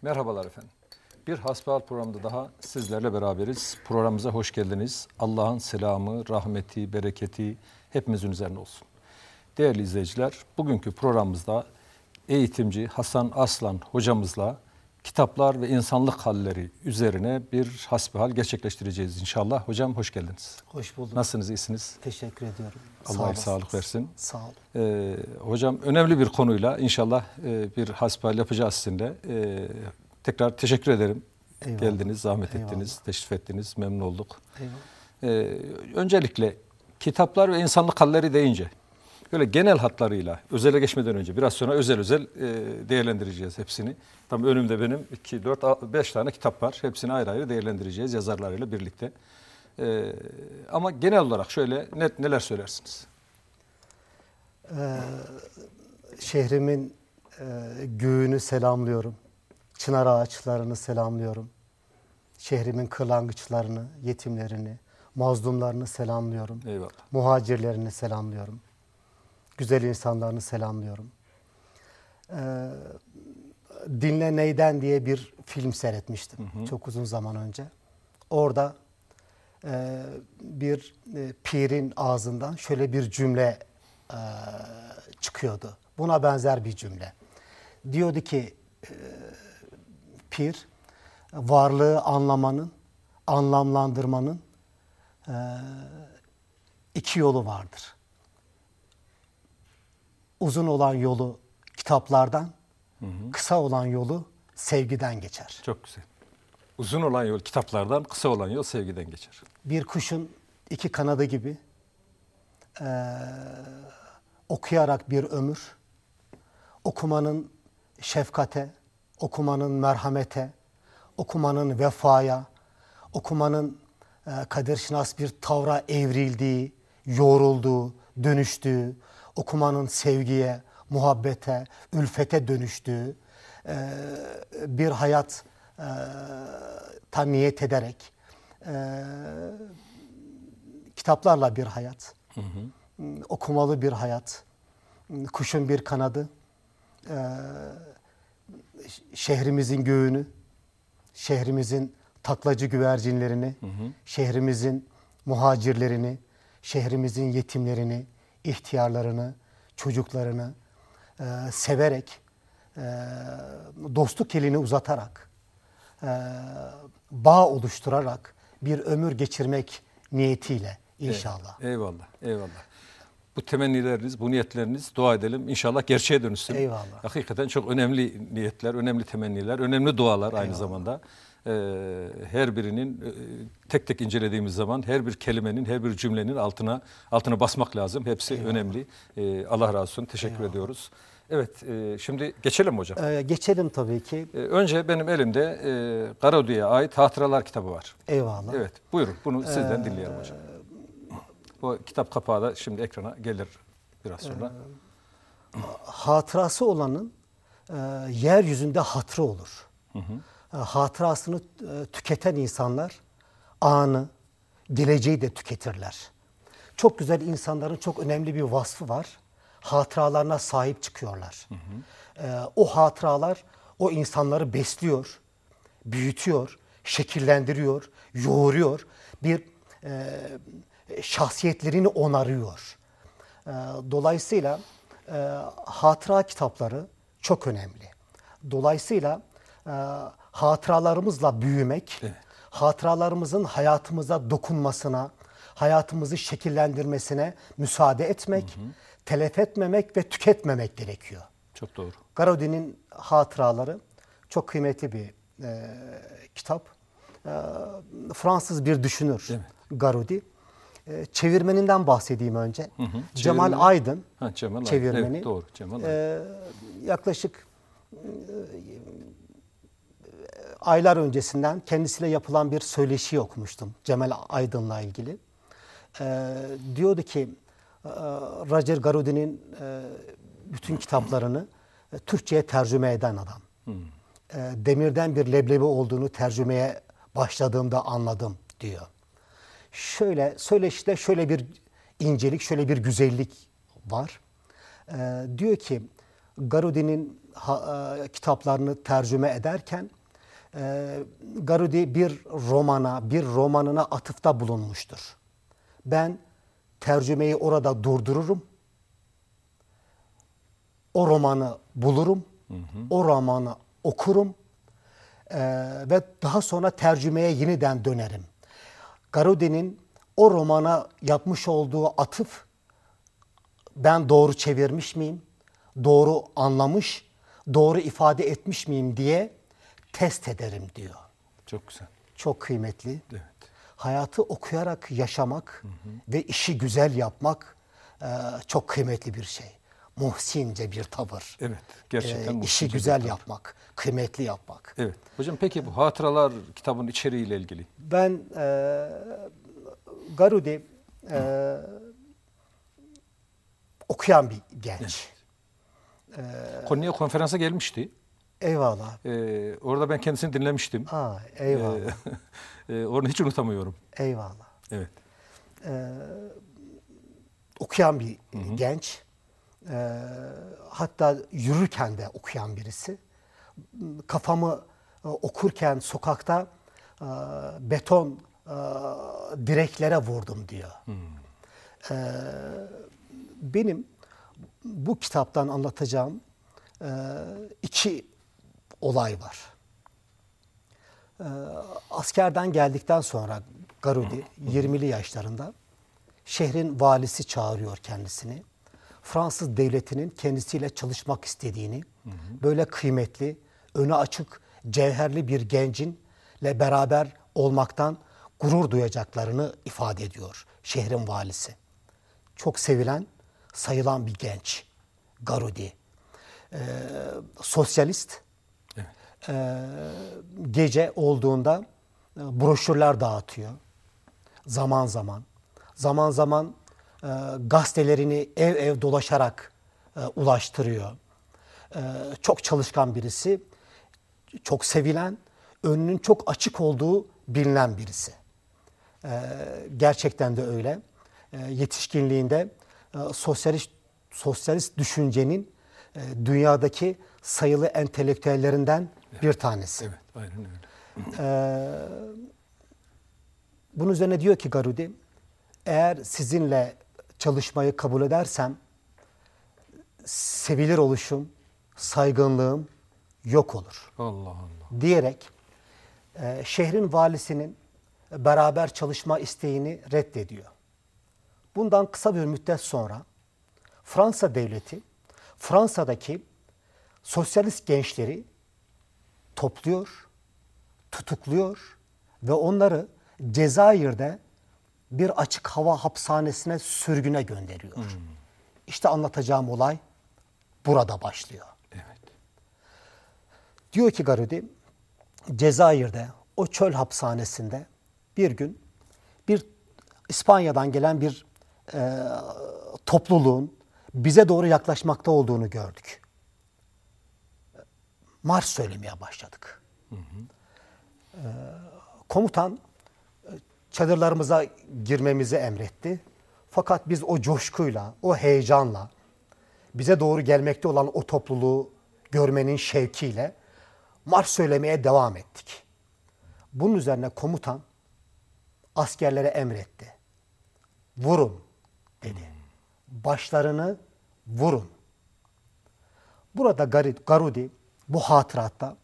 Merhabalar efendim. Bir Hasbihal programında daha sizlerle beraberiz. Programımıza hoş geldiniz. Allah'ın selamı, rahmeti, bereketi hepimizin üzerine olsun. Değerli izleyiciler, bugünkü programımızda eğitimci Hasan Aslan hocamızla kitaplar ve insanlık halleri üzerine bir hasbihal gerçekleştireceğiz inşallah. Hocam hoş geldiniz. Hoş bulduk. Nasılsınız, iyisiniz? Teşekkür ediyorum. Allah sağlık versin. Sağ olun. Hocam önemli bir konuyla inşallah bir hasbihal yapacağız sizinle. Tekrar teşekkür ederim. Eyvallah. Geldiniz, zahmet Eyvallah. ettiniz, teşrif ettiniz, memnun olduk. Eyvallah. Öncelikle kitaplar ve insanlık halleri deyince böyle genel hatlarıyla özele geçmeden önce biraz sonra özel değerlendireceğiz hepsini. Tam önümde benim 2, 4, 5 tane kitap var. Hepsini ayrı ayrı değerlendireceğiz yazarlarıyla birlikte. Ama genel olarak şöyle neler söylersiniz? Şehrimin göğünü selamlıyorum. Çınar ağaçlarını selamlıyorum. Şehrimin kırlangıçlarını, yetimlerini, mazlumlarını selamlıyorum. Eyvallah. Muhacirlerini selamlıyorum. Güzel insanlarını selamlıyorum. Dinle Neyden diye bir film seyretmiştim çok uzun zaman önce. Orada bir pirin ağzından şöyle bir cümle çıkıyordu. Buna benzer bir cümle. Diyordu ki pir, varlığı anlamanın, anlamlandırmanın iki yolu vardır. Uzun olan yolu kitaplardan, kısa olan yolu sevgiden geçer. Çok güzel. Uzun olan yol kitaplardan, kısa olan yol sevgiden geçer. Bir kuşun iki kanadı gibi okuyarak bir ömür, okumanın şefkate, okumanın merhamete, okumanın vefaya, okumanın kaderşinas bir tavra evrildiği, yoğrulduğu, dönüştüğü, okumanın sevgiye, muhabbete, ülfete dönüştüğü bir hayat niyet ederek kitaplarla bir hayat, okumalı bir hayat, kuşun bir kanadı, şehrimizin göğünü, şehrimizin taklacı güvercinlerini, şehrimizin muhacirlerini, şehrimizin yetimlerini, ihtiyarlarını, çocuklarını severek, dostluk elini uzatarak, bağ oluşturarak bir ömür geçirmek niyetiyle inşallah. Eyvallah, eyvallah. Bu temennileriniz, bu niyetleriniz dua edelim. İnşallah gerçeğe dönüşsün. Eyvallah. Hakikaten çok önemli niyetler, önemli temenniler, önemli dualar aynı zamanda. Her birinin tek tek incelediğimiz zaman her bir kelimenin, her bir cümlenin altına basmak lazım. Hepsi önemli. Allah razı olsun. Teşekkür ediyoruz. Evet, şimdi geçelim hocam. Geçelim tabii ki. Önce benim elimde Garudi'ye ait Hatıralar kitabı var. Eyvallah. Evet, buyurun. Bunu sizden dinleyelim hocam. Bu kitap kapağı da şimdi ekrana gelir biraz sonra. Hatırası olanın yeryüzünde hatırı olur. Hatırasını tüketen insanlar anı, geleceği de tüketirler. Çok güzel insanların çok önemli bir vasfı var. Hatıralarına sahip çıkıyorlar. O hatıralar o insanları besliyor, büyütüyor, şekillendiriyor, yoğuruyor. Bir şahsiyetlerini onarıyor. Dolayısıyla hatıra kitapları çok önemli. Dolayısıyla hatıralarımızla büyümek, hatıralarımızın hayatımıza dokunmasına, hayatımızı şekillendirmesine müsaade etmek, telef etmemek ve tüketmemek gerekiyor. Çok doğru. Garudi'nin hatıraları çok kıymetli bir kitap. Fransız bir düşünür Garudi. Çevirmeninden bahsedeyim önce. Cemal Aydın çevirmeni. Evet, doğru. Cemal Aydın. Yaklaşık aylar öncesinden kendisiyle yapılan bir söyleşiyi okumuştum Cemal Aydın'la ilgili. Diyordu ki Roger Garudi'nin bütün kitaplarını Türkçe'ye tercüme eden adam. Demirden bir leblebi olduğunu tercümeye başladığımda anladım diyor. Söyleşide şöyle bir incelik, şöyle bir güzellik var. Diyor ki Garudi'nin kitaplarını tercüme ederken Garudi bir romanına atıfta bulunmuştur. Ben tercümeyi orada durdururum. O romanı bulurum. O romanı okurum. Ve daha sonra tercümeye yeniden dönerim. Garudi'nin o romana yapmış olduğu atıf, ben doğru çevirmiş miyim? Doğru anlamış, doğru ifade etmiş miyim diye test ederim diyor. Çok güzel. Çok kıymetli. Evet. Hayatı okuyarak yaşamak ve işi güzel yapmak çok kıymetli bir şey. Muhsince bir tavır. Evet. Gerçekten İşi muhteşem bir güzel tavır. yapmak, kıymetli yapmak. Evet. Hocam peki bu hatıralar kitabın içeriğiyle ilgili. Ben Garudi okuyan bir genç. Konya konferansa gelmişti. Eyvallah. Orada ben kendisini dinlemiştim. Eyvallah. Onu hiç unutamıyorum. Eyvallah. Evet. Okuyan bir genç. Hatta yürürken de okuyan birisi. Kafamı okurken sokakta beton direklere vurdum diyor. Benim bu kitaptan anlatacağım iki olay var. Askerden geldikten sonra Garudi 20'li yaşlarında şehrin valisi çağırıyor kendisini. Fransız devletinin kendisiyle çalışmak istediğini, böyle kıymetli, önü açık, cevherli bir gencinle beraber olmaktan gurur duyacaklarını ifade ediyor şehrin valisi. Çok sevilen, sayılan bir genç Garudi. Sosyalist. Evet. Gece olduğunda broşürler dağıtıyor. Zaman zaman gazetelerini ev ev dolaşarak ulaştırıyor. Çok çalışkan birisi, çok sevilen, önünün çok açık olduğu bilinen birisi. Gerçekten de öyle. Yetişkinliğinde sosyalist düşüncenin dünyadaki sayılı entelektüellerinden bir tanesi. Evet, aynen öyle. Bunun üzerine diyor ki Garudi, eğer sizinle çalışmayı kabul edersem sevilir oluşum, saygınlığım yok olur. Allah Allah. Diyerek şehrin valisinin beraber çalışma isteğini reddediyor. Bundan kısa bir müddet sonra Fransa devleti Fransa'daki sosyalist gençleri topluyor, tutukluyor ve onları Cezayir'de bir açık hava hapishanesine sürgüne gönderiyor. İşte anlatacağım olay burada başlıyor. Evet. Diyor ki Garudi, Cezayir'de o çöl hapishanesinde bir gün bir İspanya'dan gelen bir topluluğun bize doğru yaklaşmakta olduğunu gördük. Marş söylemeye başladık. Komutan çadırlarımıza girmemizi emretti. Fakat biz o coşkuyla, o heyecanla, bize doğru gelmekte olan o topluluğu görmenin şevkiyle marş söylemeye devam ettik. Bunun üzerine komutan askerlere emretti. Vurun dedi. Başlarını vurun. Burada Garudi bu hatıratta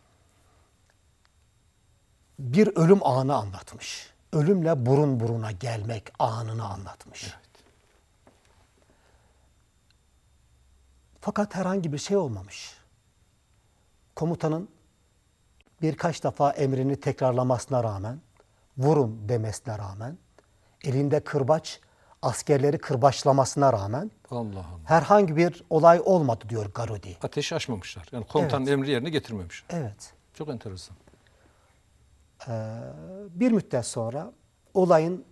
bir ölüm anı anlatmış. Ölümle burun buruna gelmek anını anlatmış. Evet. Fakat herhangi bir şey olmamış. Komutanın birkaç defa emrini tekrarlamasına rağmen, vurun demesine rağmen, elinde kırbaç, askerleri kırbaçlamasına rağmen Allah Allah. herhangi bir olay olmadı diyor Garudi. Ateş açmamışlar. Yani komutanın Evet. emri yerine getirmemişler. Evet. Çok enteresan. Bir müddet sonra olayın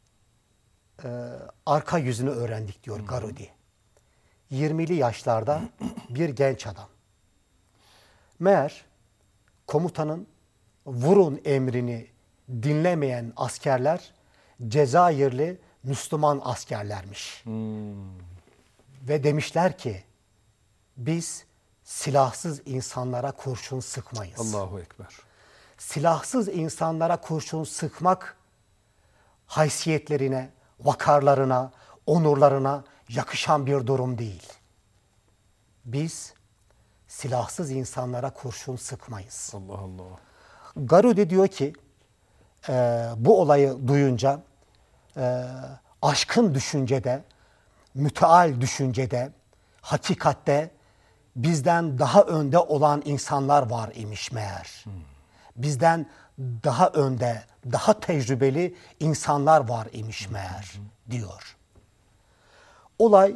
arka yüzünü öğrendik diyor Garudi. 20'li yaşlarda bir genç adam. Meğer komutanın vurun emrini dinlemeyen askerler Cezayirli Müslüman askerlermiş. Ve demişler ki Biz silahsız insanlara kurşun sıkmayız. Allahu Ekber. Silahsız insanlara kurşun sıkmak haysiyetlerine, vakarlarına, onurlarına yakışan bir durum değil. Biz silahsız insanlara kurşun sıkmayız. Allah Allah. Garudi diyor ki bu olayı duyunca aşkın düşüncede, müteal düşüncede, hakikatte bizden daha önde olan insanlar var imiş meğer. Bizden daha önde, daha tecrübeli insanlar var imiş meğer diyor. Olay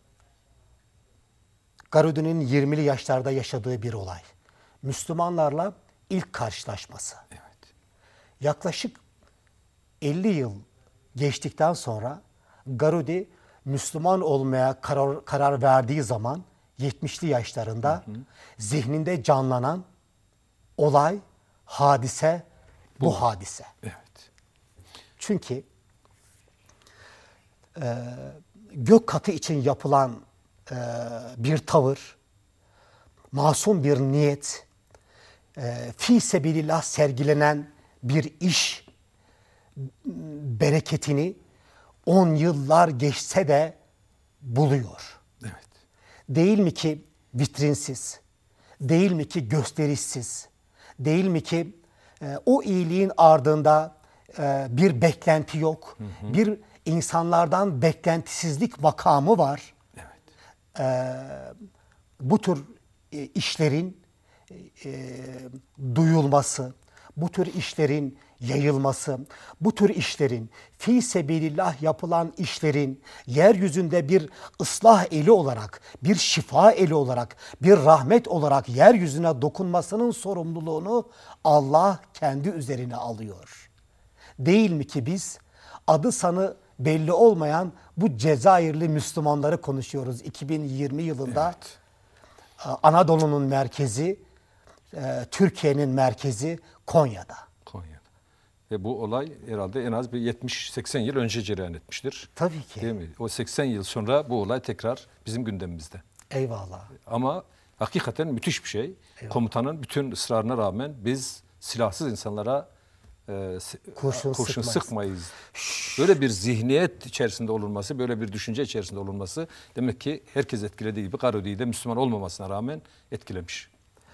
Garudi'nin 20'li yaşlarda yaşadığı bir olay. Müslümanlarla ilk karşılaşması. Evet. Yaklaşık 50 yıl geçtikten sonra Garudi Müslüman olmaya karar verdiği zaman 70'li yaşlarında zihninde canlanan olay, hadise bu hadise. Evet. Çünkü gök katı için yapılan bir tavır, masum bir niyet, fi sebilillah sergilenen bir iş bereketini 10 yıllar geçse de buluyor. Evet. Değil mi ki vitrinsiz, değil mi ki gösterişsiz, değil mi ki o iyiliğin ardında bir beklenti yok, bir insanlardan beklentisizlik makamı var. Evet. Bu tür işlerin duyulması, bu tür işlerin yayılması, bu tür işlerin fi sebilillah yapılan işlerin yeryüzünde bir ıslah eli olarak, bir şifa eli olarak, bir rahmet olarak yeryüzüne dokunmasının sorumluluğunu Allah kendi üzerine alıyor. Değil mi ki biz adı sanı belli olmayan bu Cezayirli Müslümanları konuşuyoruz 2020 yılında. Evet. Anadolu'nun merkezi, Türkiye'nin merkezi Konya'da. Konya'da. Ve bu olay herhalde en az bir 70-80 yıl önce cereyan etmiştir. Tabii ki. Değil mi? O 80 yıl sonra bu olay tekrar bizim gündemimizde. Eyvallah. Ama hakikaten müthiş bir şey. Eyvallah. Komutanın bütün ısrarına rağmen biz silahsız insanlara kurşun sıkmayız. Böyle bir zihniyet içerisinde olunması, böyle bir düşünce içerisinde olunması demek ki herkes etkilediği gibi Garudi'yi de Müslüman olmamasına rağmen etkilemiş.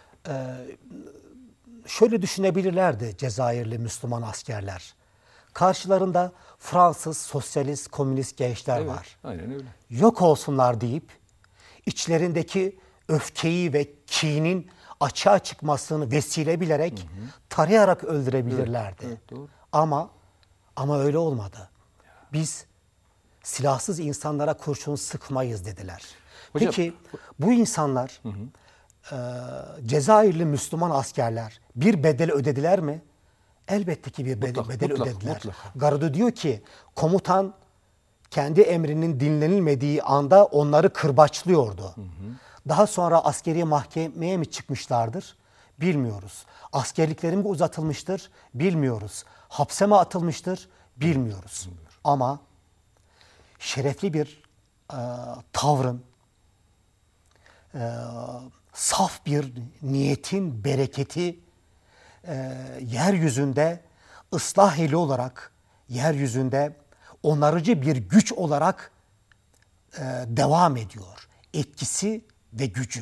Şöyle düşünebilirlerdi Cezayirli Müslüman askerler. Karşılarında Fransız, sosyalist, komünist gençler Evet, var. aynen öyle. Yok olsunlar deyip içlerindeki öfkeyi ve kinin açığa çıkmasını vesile bilerek tarayarak öldürebilirlerdi. Evet, doğru. Ama öyle olmadı. Biz silahsız insanlara kurşun sıkmayız dediler. Hocam, Peki bu insanlar Cezayirli Müslüman askerler bir bedel ödediler mi? Elbette ki bir bedel ödediler. Mutlaka. Garudi diyor ki komutan kendi emrinin dinlenilmediği anda onları kırbaçlıyordu. Daha sonra askeri mahkemeye mi çıkmışlardır? Bilmiyoruz. Askerlikleri mi uzatılmıştır? Bilmiyoruz. Hapse mi atılmıştır? Bilmiyoruz. Ama şerefli bir tavrın, saf bir niyetin bereketi yeryüzünde ıslah eli olarak, yeryüzünde onarıcı bir güç olarak devam ediyor. Etkisi ve gücü.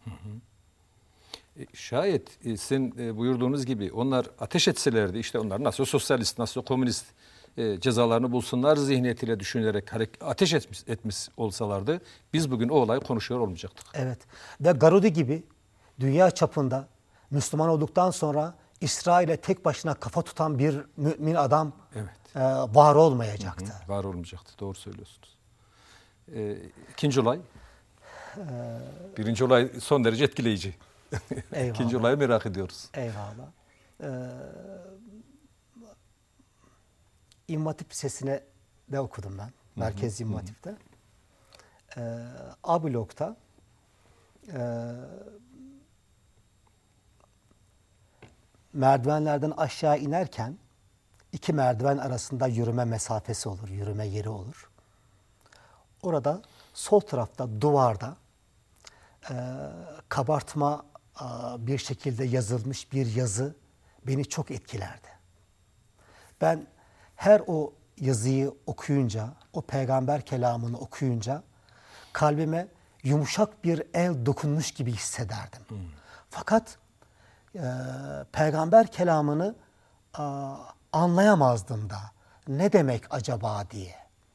Şayet sizin buyurduğunuz gibi onlar ateş etselerdi, işte onlar nasıl sosyalist, nasıl komünist cezalarını bulsunlar zihniyetiyle düşünülerek ateş etmiş olsalardı biz bugün o olayı konuşuyor olmayacaktık. Evet. Ve Garudi gibi dünya çapında Müslüman olduktan sonra İsrail'e tek başına kafa tutan bir mümin adam var olmayacaktı. Var olmayacaktı. Doğru söylüyorsunuz. İkinci olay. Birinci olay son derece etkileyici. İkinci olayı merak ediyoruz. Eyvallah. İmam Hatip Lisesi'ne de okudum ben. Merkez İmam Hatip'te. A blokta merdivenlerden aşağı inerken iki merdiven arasında yürüme mesafesi olur, yürüme yeri olur. Orada sol tarafta duvarda kabartma bir şekilde yazılmış bir yazı beni çok etkilerdi. Ben her o yazıyı okuyunca, o peygamber kelamını okuyunca kalbime yumuşak bir el dokunmuş gibi hissederdim. Fakat peygamber kelamını anlayamazdım da ne demek acaba diye.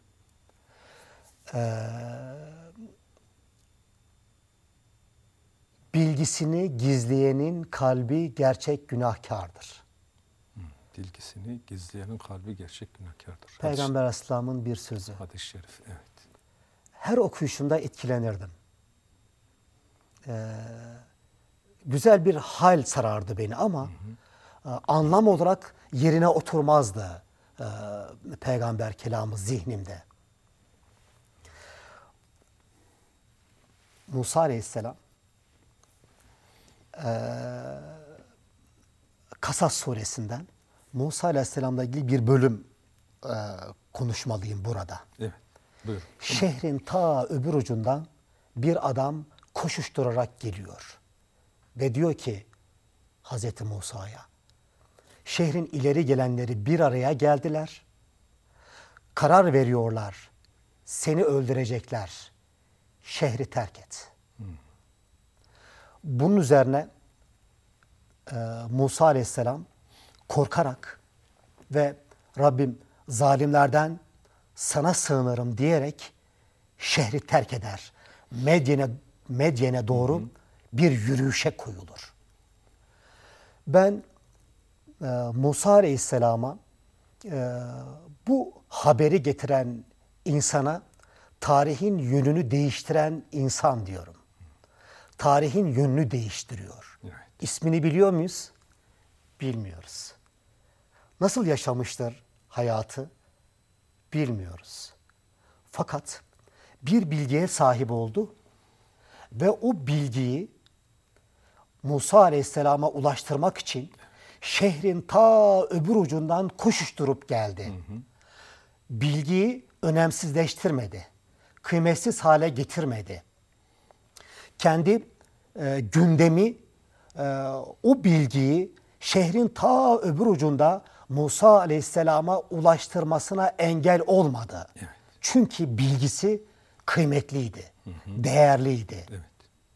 Bilgisini gizleyenin kalbi gerçek günahkardır. Bilgisini gizleyenin kalbi gerçek günahkardır. Peygamber Aleyhisselam'ın bir sözü. Hadis-i şerif, evet. Her okuyuşumda etkilenirdim. Güzel bir hal sarardı beni ama anlam olarak yerine oturmazdı peygamber kelamı zihnimde. Musa Aleyhisselam Kasas suresinden Musa Aleyhisselam'la ilgili bir bölüm konuşmalıyım burada. Evet, buyurun. Şehrin ta öbür ucundan bir adam koşuşturarak geliyor. Ve diyor ki Hazreti Musa'ya, şehrin ileri gelenleri bir araya geldiler. Karar veriyorlar. Seni öldürecekler. Şehri terk et. Bunun üzerine Musa Aleyhisselam korkarak ve Rabbim zalimlerden sana sığınırım diyerek şehri terk eder. Medyen'e doğru bir yürüyüşe koyulur. Ben Musa Aleyhisselam'a bu haberi getiren insana tarihin yönünü değiştiren insan diyorum. Tarihin yönünü değiştiriyor. Evet. İsmini biliyor muyuz? Bilmiyoruz. Nasıl yaşamıştır hayatı? Bilmiyoruz. Fakat bir bilgiye sahip oldu ve o bilgiyi Musa Aleyhisselam'a ulaştırmak için şehrin ta öbür ucundan koşuşturup geldi. Bilgiyi önemsizleştirmedi. Kıymetsiz hale getirmedi. Kendi gündemi o bilgiyi şehrin ta öbür ucunda Musa Aleyhisselam'a ulaştırmasına engel olmadı. Evet. Çünkü bilgisi kıymetliydi, değerliydi. Evet.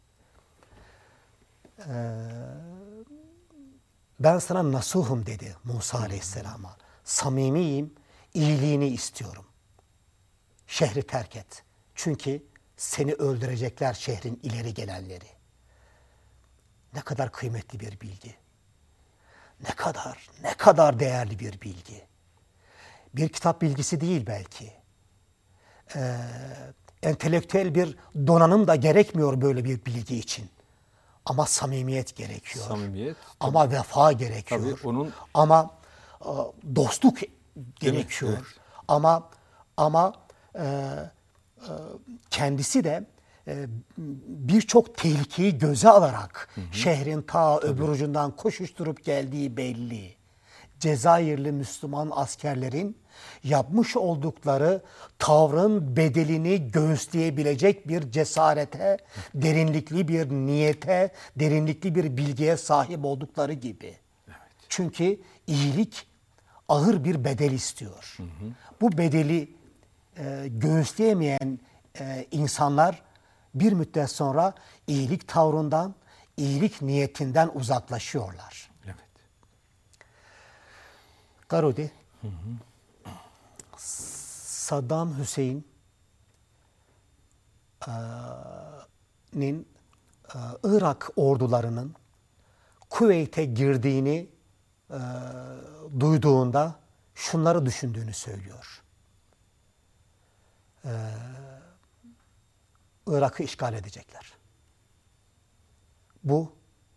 Ben sana nasuhum dedi Musa Aleyhisselam'a. Samimiyim, iyiliğini istiyorum. Şehri terk et. Çünkü seni öldürecekler şehrin ileri gelenleri. Ne kadar kıymetli bir bilgi. Ne kadar değerli bir bilgi. Bir kitap bilgisi değil belki. Entelektüel bir donanım da gerekmiyor böyle bir bilgi için. Ama samimiyet gerekiyor. Samimiyet. Ama vefa gerekiyor. Tabii onun... Ama dostluk gerekiyor. Evet. Ama kendisi de birçok tehlikeyi göze alarak şehrin ta öbür ucundan koşuşturup geldiği belli. Cezayirli Müslüman askerlerin yapmış oldukları tavrın bedelini göğüsleyebilecek bir cesarete, derinlikli bir niyete, derinlikli bir bilgiye sahip oldukları gibi. Evet. Çünkü iyilik ağır bir bedel istiyor. Bu bedeli göğüsleyemeyen insanlar bir müddet sonra iyilik tavrından, iyilik niyetinden uzaklaşıyorlar. Evet. Garudi, Saddam Hüseyin'in Irak ordularının Kuveyt'e girdiğini duyduğunda şunları düşündüğünü söylüyor. Irak'ı işgal edecekler. Bu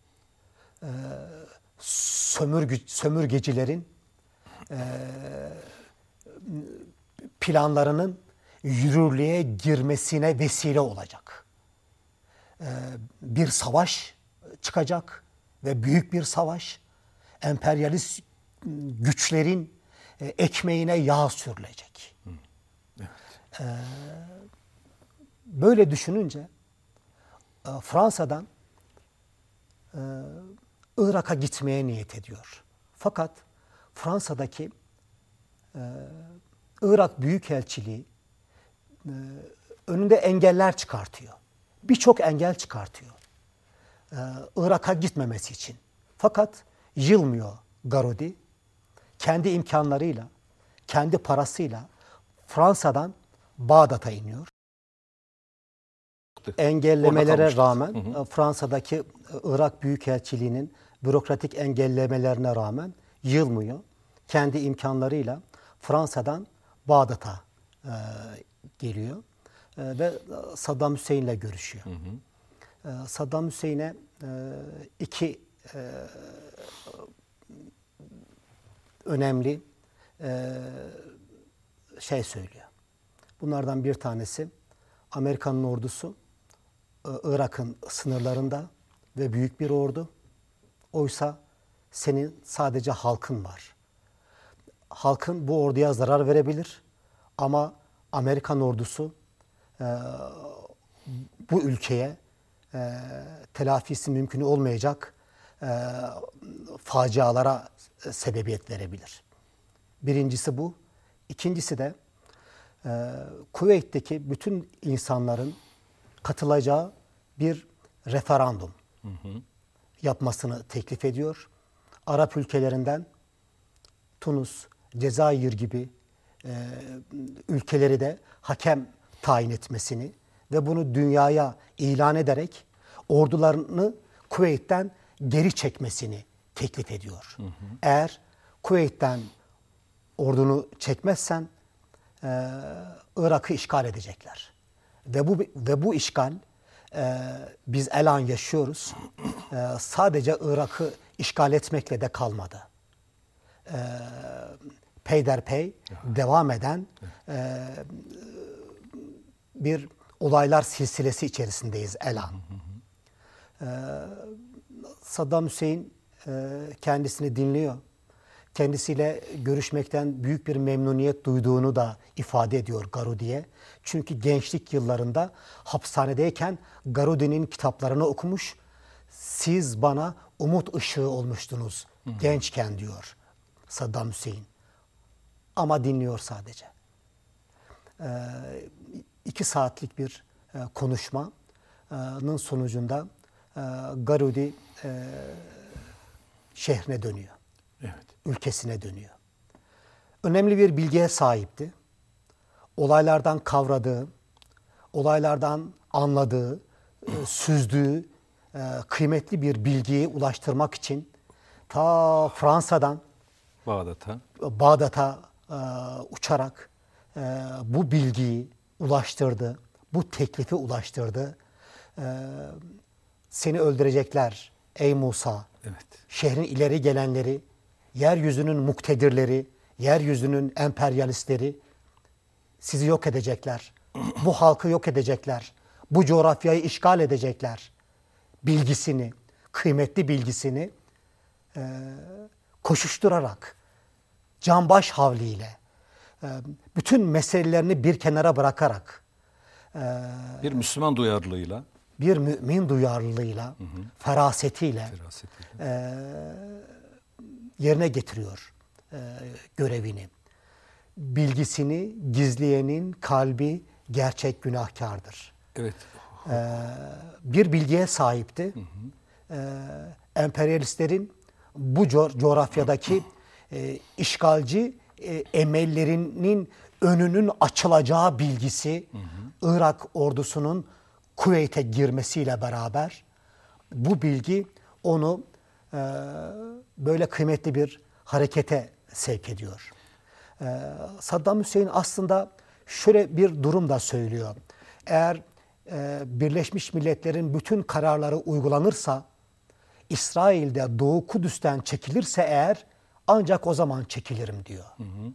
sömürgecilerin planlarının yürürlüğe girmesine vesile olacak. Bir savaş çıkacak ve büyük bir savaş. Emperyalist güçlerin ekmeğine yağ sürülecek. Evet. Böyle düşününce Fransa'dan Irak'a gitmeye niyet ediyor. Fakat Fransa'daki Irak Büyükelçiliği önünde engeller çıkartıyor. Birçok engel çıkartıyor. Irak'a gitmemesi için. Fakat yılmıyor Garudi. Kendi imkanlarıyla, kendi parasıyla Fransa'dan Bağdat'a iniyor. Engellemelere rağmen Fransa'daki Irak Büyükelçiliği'nin bürokratik engellemelerine rağmen yılmıyor. Kendi imkanlarıyla Fransa'dan Bağdat'a geliyor ve Saddam Hüseyin'le görüşüyor. Saddam Hüseyin'e iki önemli şey söylüyor. Bunlardan bir tanesi Amerika'nın ordusu Irak'ın sınırlarında ve büyük bir ordu. Oysa senin sadece halkın var. Halkın bu orduya zarar verebilir ama Amerikan ordusu bu ülkeye telafisi mümkün olmayacak facialara sebebiyet verebilir. Birincisi bu. İkincisi de Kuveyt'teki bütün insanların katılacağı bir referandum yapmasını teklif ediyor. Arap ülkelerinden Tunus, Cezayir gibi ülkeleri de hakem tayin etmesini ve bunu dünyaya ilan ederek ordularını Kuveyt'ten geri çekmesini teklif ediyor. Eğer Kuveyt'ten ordunu çekmezsen Irak'ı işgal edecekler. Ve bu işgal biz elan yaşıyoruz. Sadece Irak'ı işgal etmekle de kalmadı. Peyderpey devam eden bir olaylar silsilesi içerisindeyiz elan. Saddam Hüseyin kendisini dinliyor. Kendisiyle görüşmekten büyük bir memnuniyet duyduğunu da ifade ediyor Garudi'ye. Çünkü gençlik yıllarında hapishanedeyken Garudi'nin kitaplarını okumuş. Siz bana umut ışığı olmuştunuz gençken diyor Saddam Hüseyin. Ama dinliyor sadece. 2 saatlik bir konuşmanın sonucunda Garudi şehrine dönüyor. Evet. Ülkesine dönüyor. Önemli bir bilgiye sahipti. Olaylardan kavradığı, olaylardan anladığı, süzdüğü kıymetli bir bilgiyi ulaştırmak için ta Fransa'dan Bağdat'a uçarak bu bilgiyi ulaştırdı, bu teklifi ulaştırdı. Seni öldürecekler ey Musa. Evet. Şehrin ileri gelenleri, yeryüzünün muktedirleri, yeryüzünün emperyalistleri sizi yok edecekler. Bu halkı yok edecekler. Bu coğrafyayı işgal edecekler. Bilgisini, kıymetli bilgisini koşuşturarak, canbaş havliyle, bütün meselelerini bir kenara bırakarak, bir Müslüman duyarlılığıyla, bir mümin duyarlılığıyla, ferasetiyle yerine getiriyor görevini. Bilgisini gizleyenin kalbi gerçek günahkardır. evet. Bir bilgiye sahipti. Emperyalistlerin bu coğrafyadaki işgalci emellerinin önünün açılacağı bilgisi Irak ordusunun Kuveyt'e girmesiyle beraber bu bilgi onu böyle kıymetli bir harekete sevk ediyor. Saddam Hüseyin aslında şöyle bir durum da söylüyor. Eğer Birleşmiş Milletler'in bütün kararları uygulanırsa, İsrail'de Doğu Kudüs'ten çekilirse eğer ancak o zaman çekilirim diyor.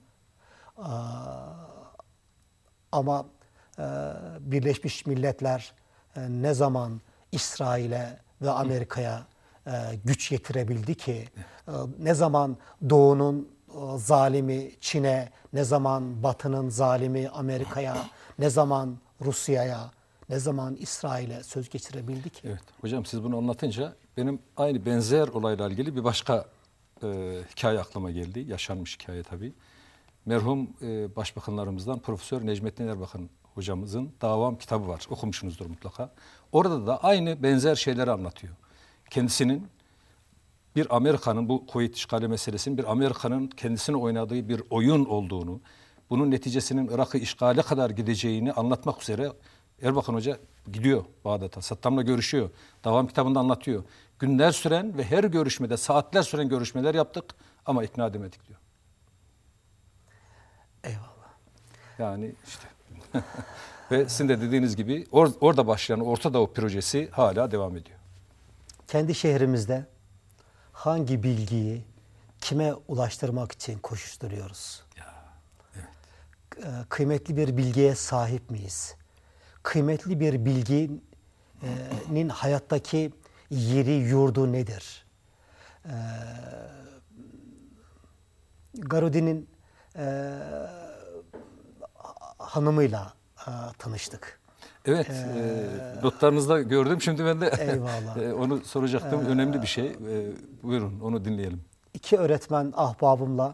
Ama Birleşmiş Milletler ne zaman İsrail'e ve Amerika'ya güç yetirebildi ki, ne zaman Doğu'nun zalimi Çin'e, ne zaman Batı'nın zalimi Amerika'ya, ne zaman Rusya'ya, Ne zaman İsrail'e söz geçirebildik? Evet. Hocam siz bunu anlatınca benim aynı benzer olayla ilgili bir başka hikaye aklıma geldi. Yaşanmış hikaye tabii. Merhum başbakanlarımızdan Profesör Necmettin Erbakan hocamızın Davam kitabı var. Okumuşsunuzdur mutlaka. Orada da aynı benzer şeyleri anlatıyor. Kendisinin bir Amerika'nın, bu Kuveyt işgali meselesinin bir Amerika'nın kendisine oynadığı bir oyun olduğunu, bunun neticesinin Irak'ı işgale kadar gideceğini anlatmak üzere Erbakan Hoca gidiyor Bağdat'a. Saddam'la görüşüyor. Davam kitabında anlatıyor. Günler süren ve her görüşmede saatler süren görüşmeler yaptık ama ikna edemedik diyor. Eyvallah. Yani işte ve sizin de dediğiniz gibi orada başlayan Orta Doğu projesi hala devam ediyor. Kendi şehrimizde hangi bilgiyi kime ulaştırmak için koşuşturuyoruz? Kıymetli bir bilgiye sahip miyiz? Kıymetli bir bilginin hayattaki yeri, yurdu nedir? Garudi'nin hanımıyla tanıştık. Evet, notlarınızda gördüm. Şimdi ben de Eyvallah. onu soracaktım. Önemli bir şey. Buyurun, onu dinleyelim. 2 öğretmen ahbabımla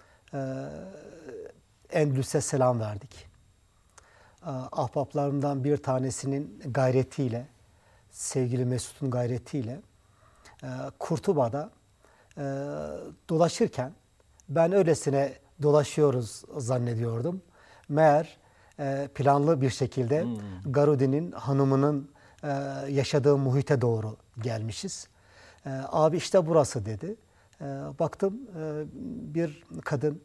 Endülüs'e selam verdik. Ahbaplarımdan bir tanesinin gayretiyle, sevgili Mesut'un gayretiyle Kurtuba'da dolaşırken ben öylesine dolaşıyoruz zannediyordum. Meğer planlı bir şekilde Garudi'nin hanımının yaşadığı muhite doğru gelmişiz. Abi işte burası dedi. Baktım bir kadın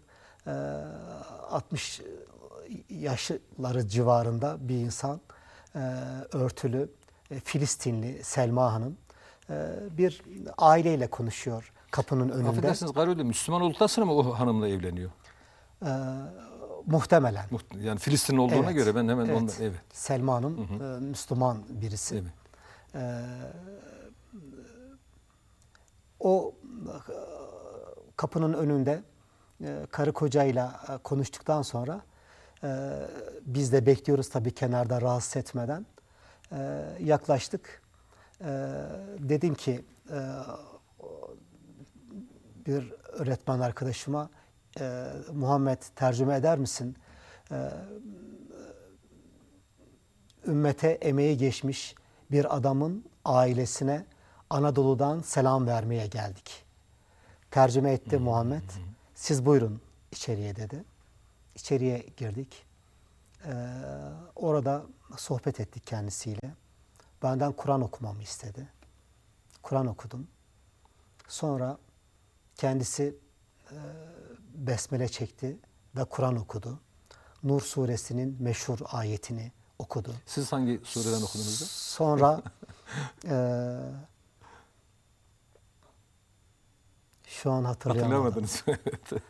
60 yaşları civarında bir insan, örtülü, Filistinli Selma Hanım bir aileyle konuşuyor kapının önünde. Affedersiniz, Garudi Müslüman olduktan sonra mı o hanımla evleniyor? Muhtemelen. Yani Filistin olduğuna göre ben hemen ondan... Evet. Selma Hanım Müslüman birisi. Evet. O kapının önünde karı kocayla konuştuktan sonra biz de bekliyoruz tabii kenarda rahatsız etmeden. Yaklaştık. Dedim ki bir öğretmen arkadaşıma Muhammed tercüme eder misin? Ümmete emeği geçmiş bir adamın ailesine Anadolu'dan selam vermeye geldik. Tercüme etti Muhammed. Siz buyurun içeriye dedi. İçeriye girdik. Orada sohbet ettik kendisiyle. Benden Kur'an okumamı istedi. Kur'an okudum. Sonra kendisi besmele çekti ve Kur'an okudu. Nur suresinin meşhur ayetini okudu. Siz hangi sureden okudunuz? Sonra şu an hatırlayamadım. Hatırlamadınız.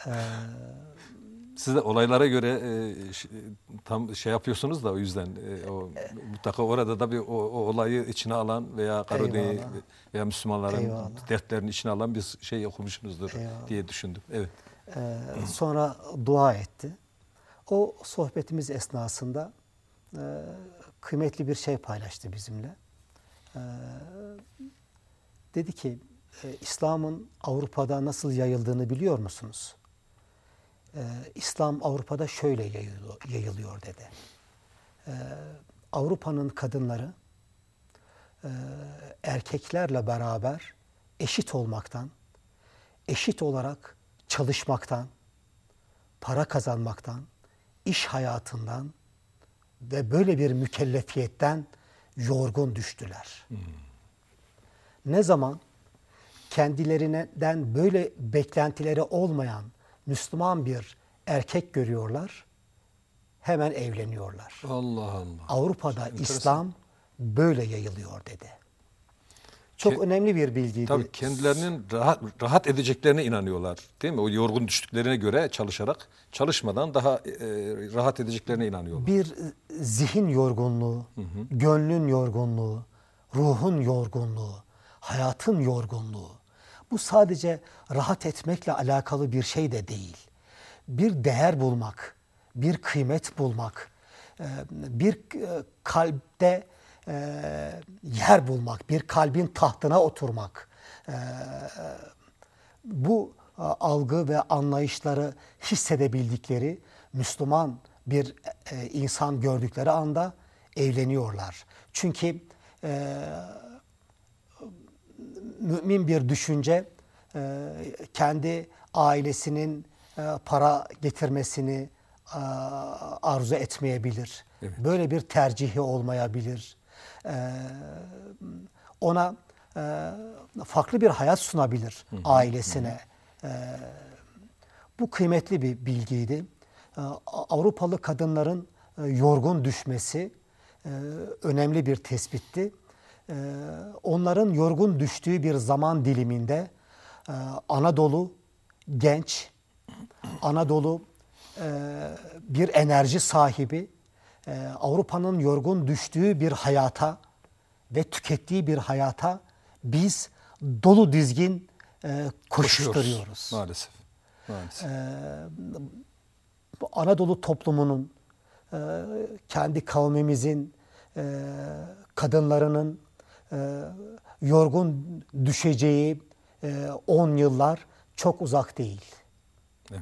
Siz de olaylara göre tam şey yapıyorsunuz da o yüzden mutlaka orada da bir o olayı içine alan veya Garudi'yi veya Müslümanların dertlerini içine alan bir şey okumuşsunuzdur diye düşündüm. Evet. Sonra dua etti. O sohbetimiz esnasında kıymetli bir şey paylaştı bizimle. Dedi ki İslam'ın Avrupa'da nasıl yayıldığını biliyor musunuz? İslam Avrupa'da şöyle yayılıyor dedi. Avrupa'nın kadınları erkeklerle beraber eşit olmaktan, eşit olarak çalışmaktan, para kazanmaktan, iş hayatından ve böyle bir mükellefiyetten yorgun düştüler. Ne zaman kendilerinden böyle beklentileri olmayan Müslüman bir erkek görüyorlar, hemen evleniyorlar. Allah Allah. Avrupa'da İslam böyle yayılıyor dedi. Çok önemli bir bilgiydi. Tabii kendilerinin rahat edeceklerine inanıyorlar. Değil mi? O yorgun düştüklerine göre çalışarak, çalışmadan daha rahat edeceklerine inanıyorlar. Bir zihin yorgunluğu, gönlün yorgunluğu, ruhun yorgunluğu, hayatın yorgunluğu. Bu sadece rahat etmekle alakalı bir şey de değil. Bir değer bulmak, bir kıymet bulmak, bir kalpte yer bulmak, bir kalbin tahtına oturmak, bu algı ve anlayışları hissedebildikleri Müslüman bir insan gördükleri anda evleniyorlar. Çünkü mümin bir düşünce kendi ailesinin para getirmesini arzu etmeyebilir. Evet. Böyle bir tercihi olmayabilir. Ona farklı bir hayat sunabilir ailesine. Bu kıymetli bir bilgiydi. Avrupalı kadınların yorgun düşmesi önemli bir tespitti. Onların yorgun düştüğü bir zaman diliminde Anadolu genç, Anadolu bir enerji sahibi, Avrupa'nın yorgun düştüğü bir hayata ve tükettiği bir hayata biz dolu dizgin koşuşturuyoruz. Maalesef. Maalesef. Anadolu toplumunun, kendi kavmimizin, kadınlarının yorgun düşeceği 10 yıllar çok uzak değil. Evet.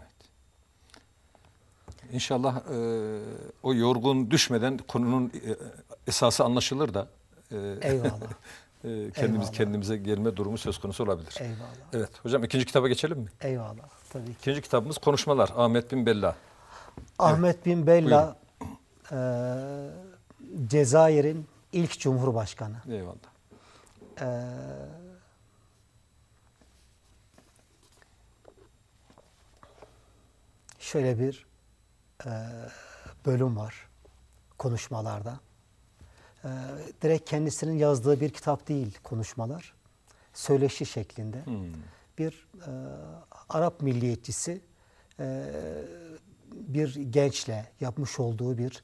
İnşallah o yorgun düşmeden konunun esası anlaşılır da Eyvallah. kendimize gelme durumu söz konusu olabilir. Eyvallah. Evet hocam, ikinci kitaba geçelim mi? Eyvallah. Tabii ki. İkinci kitabımız Konuşmalar. Ahmet bin Bella. Ahmet bin Bella Cezayir'in ilk cumhurbaşkanı. Eyvallah. Şöyle bir bölüm var konuşmalarda. Direkt kendisinin yazdığı bir kitap değil konuşmalar. Söyleşi şeklinde. Bir Arap milliyetçisi bir gençle yapmış olduğu bir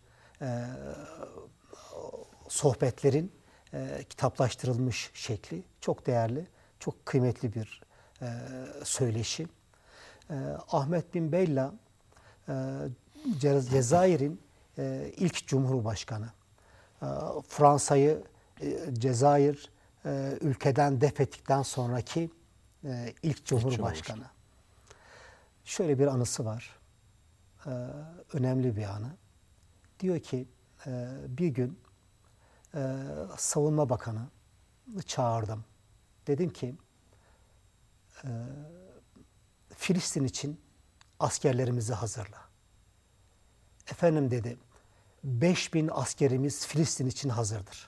sohbetlerin kitaplaştırılmış şekli. Çok değerli, çok kıymetli bir söyleşi. Ahmet bin Bella Cezayir'in ilk cumhurbaşkanı. Fransa'yı Cezayir ülkeden def ettikten sonraki ilk cumhurbaşkanı. Şöyle bir anısı var. Önemli bir anı. Diyor ki bir gün Savunma Bakanı çağırdım. Dedim ki Filistin için askerlerimizi hazırla. Efendim dedi, 5000 askerimiz Filistin için hazırdır.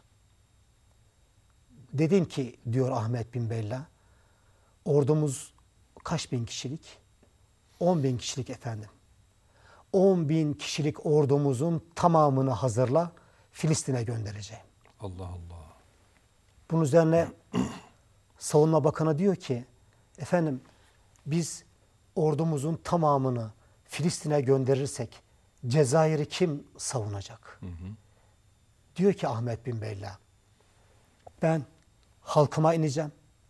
Dedim ki, diyor Ahmet bin Bella, ordumuz kaç bin kişilik? 10.000 kişilik efendim. 10.000 kişilik ordumuzun tamamını hazırla, Filistin'e göndereceğim. Allah Allah. Bunun üzerine Savunma Bakanı diyor ki, efendim biz ordumuzun tamamını Filistin'e gönderirsek Cezayir'i kim savunacak? Diyor ki Ahmet bin Bella, ben halkıma ineceğim,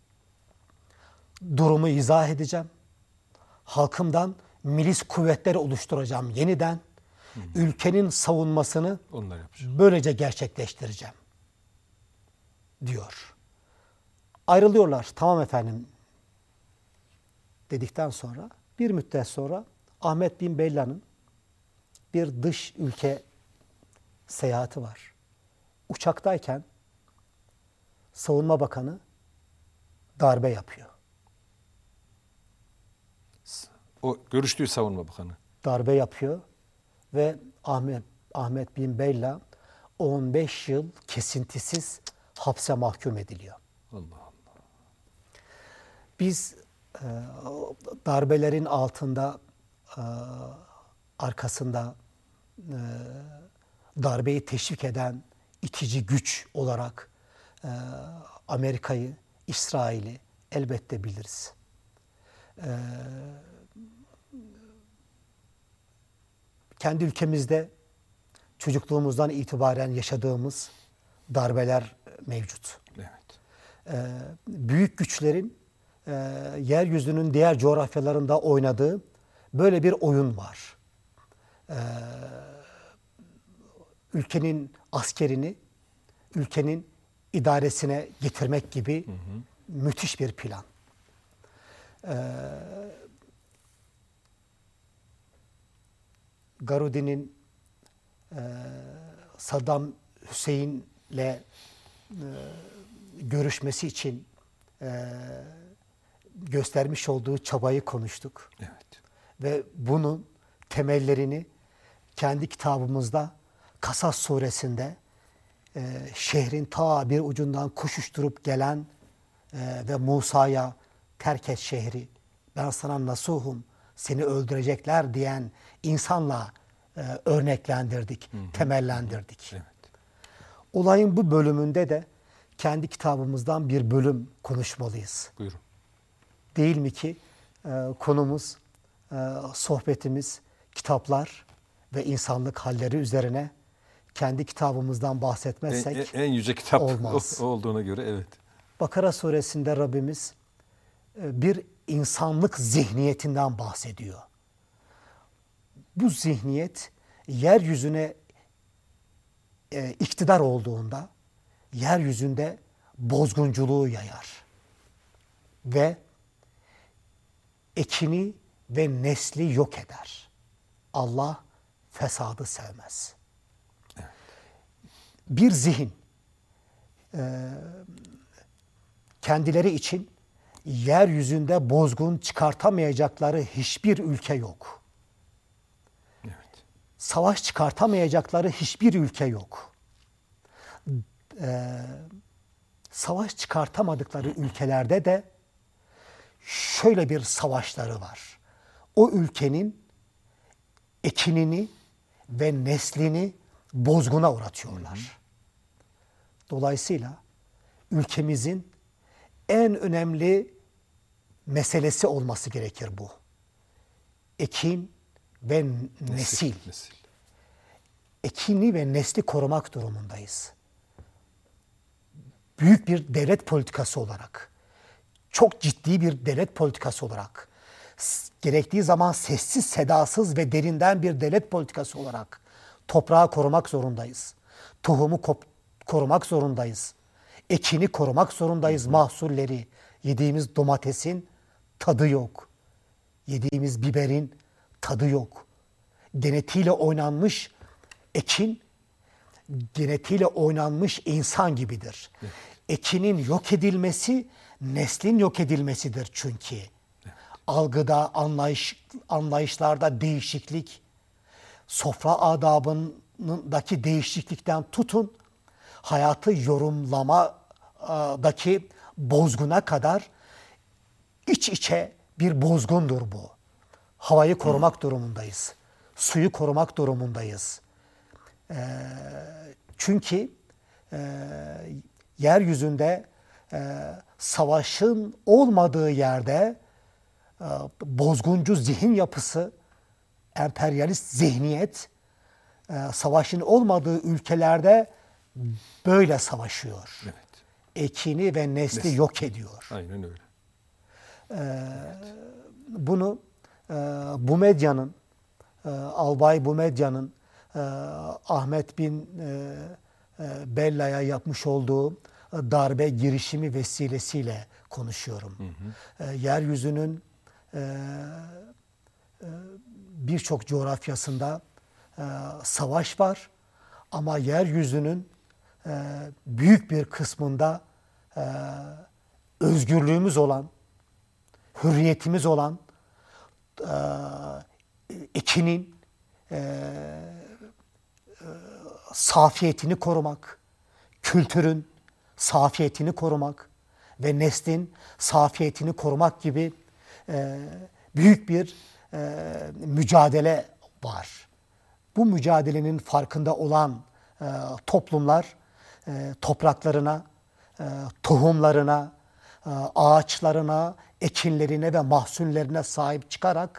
durumu izah edeceğim, halkımdan milis kuvvetleri oluşturacağım yeniden, ülkenin savunmasını Onlar yapacak. böylece gerçekleştireceğim diyor. Ayrılıyorlar, tamam efendim dedikten sonra bir müddet sonra Ahmet bin Bella'nın bir dış ülke seyahati var. Uçaktayken Savunma Bakanı darbe yapıyor. O görüştüğü Savunma Bakanı. Darbe yapıyor ve Ahmet bin Bella 15 yıl kesintisiz hapse mahkum ediliyor. Allah Allah. Biz darbelerin altında, arkasında darbeyi teşvik eden itici güç olarak Amerika'yı, İsrail'i elbette biliriz. Kendi ülkemizde çocukluğumuzdan itibaren yaşadığımız darbeler mevcut. Evet. Büyük güçlerin yeryüzünün diğer coğrafyalarında oynadığı böyle bir oyun var. ülkenin askerini ülkenin idaresine getirmek gibi müthiş bir plan. Garudi'nin Saddam Hüseyin'le görüşmesi için göstermiş olduğu çabayı konuştuk. Evet. Ve bunun temellerini kendi kitabımızda Kasas suresinde şehrin ta bir ucundan koşuşturup gelen ve Musa'ya terk et şehri, ben sana nasuhum, seni öldürecekler diyen insanla örneklendirdik, temellendirdik. Evet. Olayın bu bölümünde de kendi kitabımızdan bir bölüm konuşmalıyız. Buyurun. Değil mi ki konumuz, sohbetimiz kitaplar ve insanlık halleri üzerine, kendi kitabımızdan bahsetmezsek En yüce kitap olmaz. olduğuna göre evet. Bakara suresinde Rabbimiz bir insanlık zihniyetinden bahsediyor. Bu zihniyet yeryüzüne iktidar olduğunda yeryüzünde bozgunculuğu yayar ve ekini ve nesli yok eder. Allah fesadı sevmez. Evet. Bir zihin kendileri için yeryüzünde bozgun çıkartamayacakları hiçbir ülke yok. Evet. Savaş çıkartamayacakları hiçbir ülke yok. Savaş çıkartamadıkları ülkelerde de şöyle bir savaşları var. O ülkenin ekinini ve neslini bozguna uğratıyorlar. Dolayısıyla ülkemizin en önemli meselesi olması gerekir bu. Ekin ve nesil. Ekini ve nesli korumak durumundayız. Büyük bir devlet politikası olarak, çok ciddi bir devlet politikası olarak, gerektiği zaman sessiz, sedasız ve derinden bir devlet politikası olarak toprağı korumak zorundayız. Tohumu korumak zorundayız. Ekini korumak zorundayız, mahsulleri. Yediğimiz domatesin tadı yok. Yediğimiz biberin tadı yok. Genetiğiyle oynanmış ekin, genetiğiyle oynanmış insan gibidir. Evet. Ekinin yok edilmesi, neslin yok edilmesidir çünkü. Evet. Algıda, anlayışlarda değişiklik, sofra adabındaki değişiklikten tutun, hayatı yorumlamadaki bozguna kadar iç içe bir bozgundur bu. Havayı korumak durumundayız. Suyu korumak durumundayız. Çünkü yeryüzünde savaşın olmadığı yerde bozguncu zihin yapısı, emperyalist zihniyet savaşın olmadığı ülkelerde böyle savaşıyor. Evet. Ekini ve nesli yok ediyor. Aynen öyle. Bunu bu medyanın, Albay bu medyanın Ahmet bin Bella'ya yapmış olduğu darbe girişimi vesilesiyle konuşuyorum. Yeryüzünün birçok coğrafyasında savaş var ama yeryüzünün büyük bir kısmında özgürlüğümüz olan, hürriyetimiz olan, ekinin safiyetini korumak, kültürün safiyetini korumak ve neslin safiyetini korumak gibi büyük bir mücadele var. Bu mücadelenin farkında olan toplumlar topraklarına, tohumlarına, ağaçlarına, ekinlerine ve mahsullerine sahip çıkarak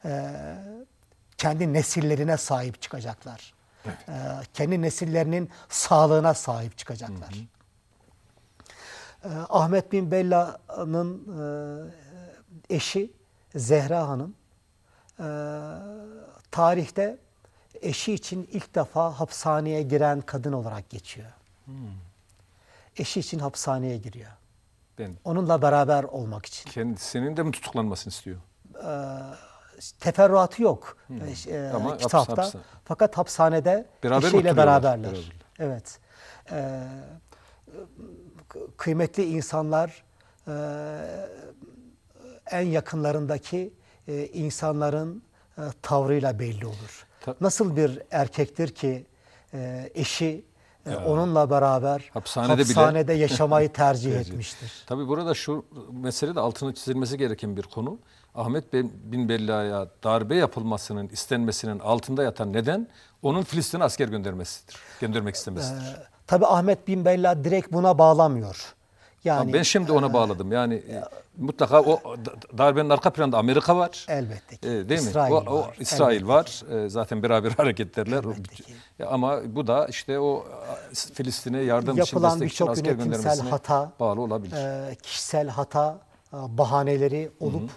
kendi nesillerine sahip çıkacaklar. Evet. Kendi nesillerinin sağlığına sahip çıkacaklar. Ahmet bin Bella'nın eşi Zehra Hanım tarihte eşi için ilk defa hapishaneye giren kadın olarak geçiyor. Eşi için hapishaneye giriyor. Ben Onunla beraber olmak için. kendisinin de mi tutuklanmasını istiyor? Teferruatı yok Ama kitapta. hapse. Fakat hapishanede Beraber mi eşiyle oturuyorlar? beraberler. Beraberler. Evet. Kıymetli insanlar en yakınlarındaki insanların tavrıyla belli olur. Nasıl bir erkektir ki eşi onunla beraber hapishanede yaşamayı tercih etmiştir. Tabii burada şu mesele de altını çizilmesi gereken bir konu. Ahmet bin Bella'ya darbe yapılmasının istenmesinin altında yatan neden onun Filistin'e asker göndermek istemesidir. Tabii Ahmet bin Bella direkt buna bağlamıyor. Yani ben şimdi ona bağladım. Yani mutlaka o darbenin arka planında Amerika var. Elbette ki. Değil mi? İsrail var. İsrail var. Zaten beraber hareket ederler. Ama bu da işte o Filistin'e yardım için, destek için asker göndermesine bağlı olabilir. Kişisel hata, bahaneleri olup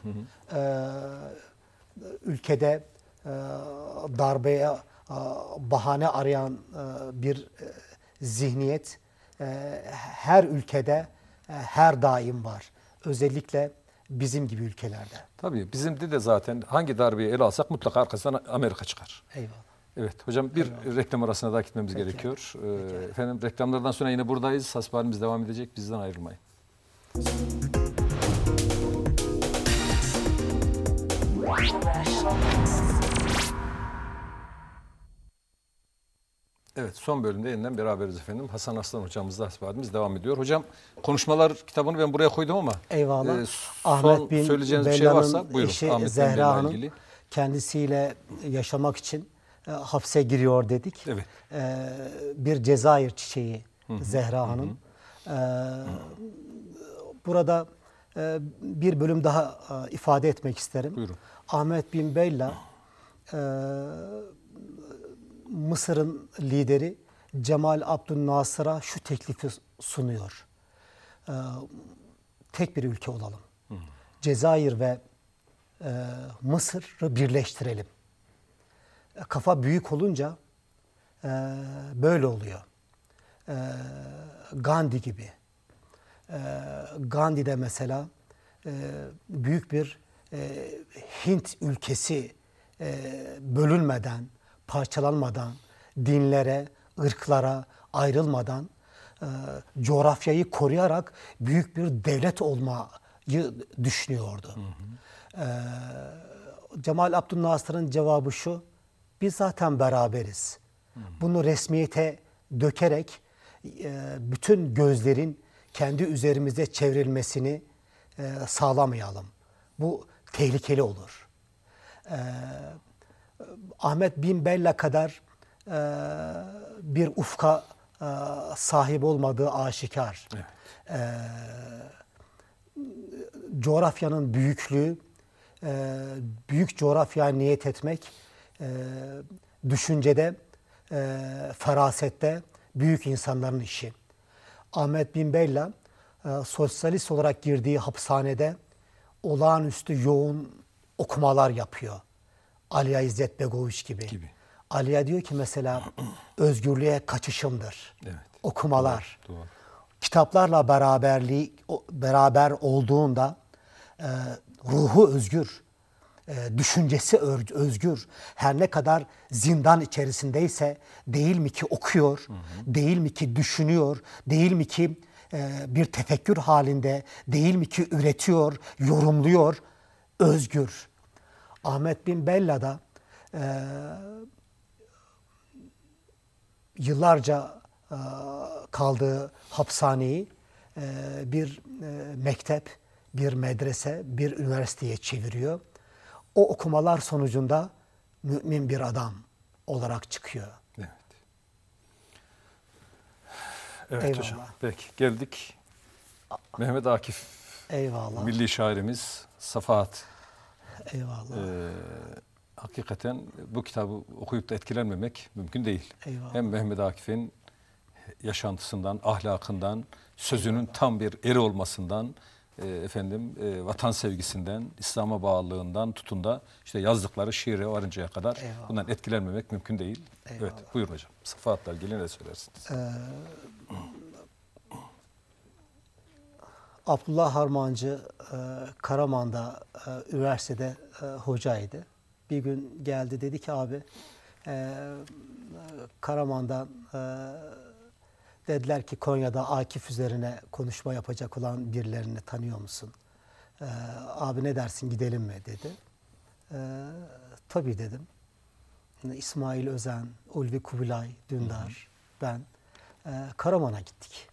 ülkede darbeye bahane arayan bir zihniyet her ülkede her daim var. Özellikle bizim gibi ülkelerde. Tabii bizim de zaten hangi darbeyi ele alsak mutlaka arkasından Amerika çıkar. Eyvallah. Evet hocam bir reklam arasına daha gitmemiz gerekiyor. Efendim reklamlardan sonra yine buradayız. Hasbihal devam edecek. Bizden ayrılmayın. Evet son bölümde yeniden beraberiz efendim. Hasan Aslan hocamızla hasbihal devam ediyor. Hocam konuşmalar kitabını ben buraya koydum ama eyvallah. Ahmet bin söyleyeceğiniz bir şey varsa buyurun. Eşi Ahmet Zehra Hanım kendisiyle yaşamak için hapse giriyor dedik. Evet. Bir Cezayir çiçeği Zehra Hanım. Burada bir bölüm daha ifade etmek isterim. Buyurun. Ahmet bin Bella Mısır'ın lideri Cemal Abdülnasır'a şu teklifi sunuyor. Tek bir ülke olalım. Cezayir ve Mısır'ı birleştirelim. Kafa büyük olunca böyle oluyor. Gandhi gibi. Gandhi'de mesela büyük bir Hint ülkesi bölünmeden, parçalanmadan, dinlere, ırklara ayrılmadan coğrafyayı koruyarak büyük bir devlet olmayı düşünüyordu. Cemal Abdülnasır'ın cevabı şu: biz zaten beraberiz. Bunu resmiyete dökerek bütün gözlerin kendi üzerimize çevrilmesini sağlamayalım. Bu tehlikeli olur. Ahmet bin Bella kadar bir ufka sahip olmadığı aşikar. Evet. Coğrafyanın büyüklüğü, büyük coğrafyaya niyet etmek, düşüncede, ferasette büyük insanların işi. Ahmet bin Bella sosyalist olarak girdiği hapishanede olağanüstü yoğun okumalar yapıyor. Aliya İzzet Begoviç gibi. Aliya diyor ki mesela özgürlüğe kaçışımdır. Evet. Okumalar. Doğru. Kitaplarla beraber olduğunda ruhu özgür, düşüncesi özgür. Her ne kadar zindan içerisindeyse değil mi ki okuyor, değil mi ki düşünüyor, değil mi ki bir tefekkür halinde, değil mi ki üretiyor, yorumluyor, özgür. Ahmet bin Bella da yıllarca kaldığı hapishaneyi bir mektep, bir medrese, bir üniversiteye çeviriyor. O okumalar sonucunda mümin bir adam olarak çıkıyor. Evet. Evet hocam. Peki geldik. Mehmet Akif. Eyvallah. Milli şairimiz Safahat. Eyvallah. Hakikaten bu kitabı okuyup da etkilenmemek mümkün değil. Eyvallah. Hem Mehmet Akif'in yaşantısından, ahlakından, sözünün tam bir eri olmasından, vatan sevgisinden, İslam'a bağlılığından tutun da işte yazdıkları şiire varıncaya kadar Eyvallah. bundan etkilenmemek mümkün değil. Eyvallah. Evet, buyurun hocam. Sıfatla ilgili ne söylersiniz? Abdullah Harmancı Karaman'da üniversitede hocaydı. Bir gün geldi, dedi ki abi Karaman'dan dediler ki Konya'da Akif üzerine konuşma yapacak olan birilerini tanıyor musun? Abi ne dersin, gidelim mi dedi. Tabii dedim. İsmail Özen, Ulvi Kubilay, Dündar, ben Karaman'a gittik.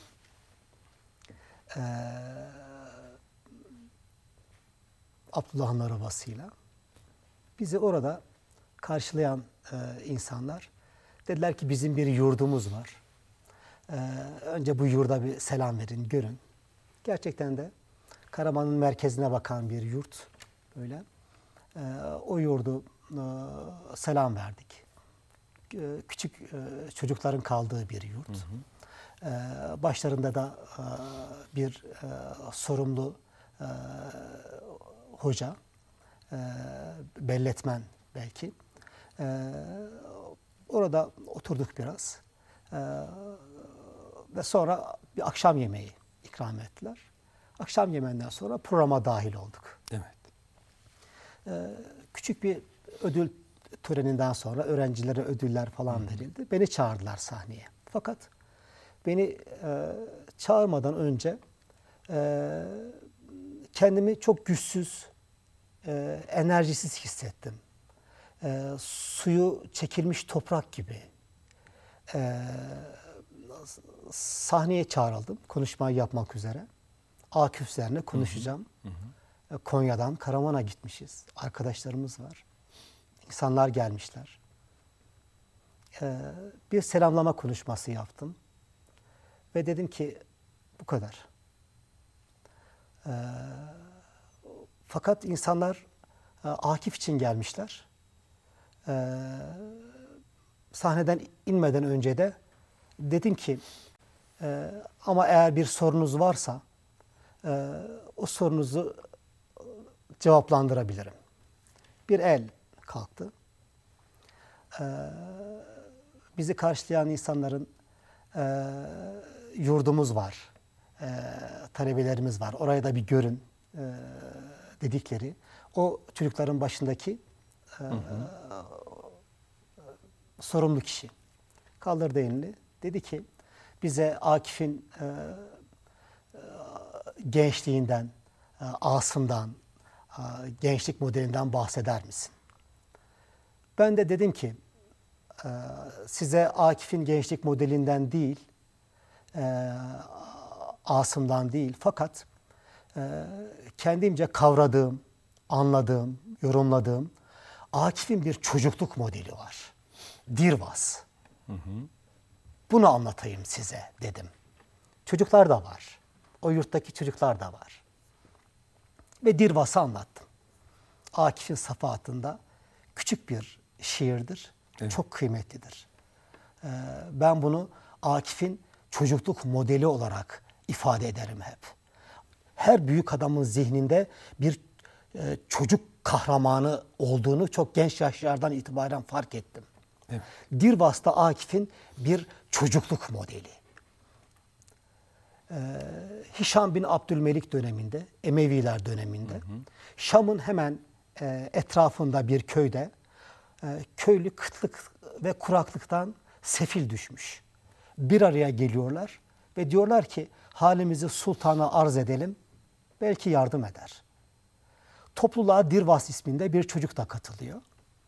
Abdullah'ın arabasıyla. Bizi orada karşılayan insanlar dediler ki bizim bir yurdumuz var. Önce bu yurda bir selam verin, görün. Gerçekten de Karaman'ın merkezine bakan bir yurt. Böyle. O yurdu selam verdik. Küçük çocukların kaldığı bir yurt. Başlarında da bir sorumlu hoca, belletmen belki. Orada oturduk biraz. Ve sonra bir akşam yemeği ikram ettiler. Akşam yemeğinden sonra programa dahil olduk. Evet. Küçük bir ödül töreninden sonra öğrencilere ödüller falan verildi. Beni çağırdılar sahneye. Fakat beni çağırmadan önce kendimi çok güçsüz, enerjisiz hissettim. Suyu çekilmiş toprak gibi. Sahneye çağrıldım konuşmayı yapmak üzere. Akif üzerine konuşacağım. Konya'dan Karaman'a gitmişiz. Arkadaşlarımız var. İnsanlar gelmişler. Bir selamlama konuşması yaptım. Ve dedim ki bu kadar. Fakat insanlar Akif için gelmişler. Sahneden inmeden önce de dedim ki ama eğer bir sorunuz varsa o sorunuzu cevaplandırabilirim. Bir el kalktı. Bizi karşılayan insanların yurdumuz var, talebelerimiz var. Oraya da bir görün dedikleri. O çocukların başındaki sorumlu kişi kaldırdı elini. Dedi ki bize Akif'in gençliğinden, Asım'dan, gençlik modelinden bahseder misin? Ben de dedim ki size Akif'in gençlik modelinden değil, Asım'dan değil, fakat kendimce kavradığım, anladığım, yorumladığım Akif'in bir çocukluk modeli var. Dirvas. Bunu anlatayım size dedim. Çocuklar da var. O yurttaki çocuklar da var. Ve Dirvas'ı anlattım. Akif'in safahatında küçük bir şiirdir. Evet. Çok kıymetlidir. Ben bunu Akif'in çocukluk modeli olarak ifade ederim hep. Her büyük adamın zihninde bir çocuk kahramanı olduğunu çok genç yaşlardan itibaren fark ettim. Evet. Dirvas'ta Akif'in bir çocukluk modeli. Hişam bin Abdülmelik döneminde, Emeviler döneminde, Şam'ın hemen etrafında bir köyde köylü kıtlık ve kuraklıktan sefil düşmüş. Bir araya geliyorlar ve diyorlar ki halimizi sultana arz edelim, belki yardım eder. Topluluğa Dirvas isminde bir çocuk da katılıyor.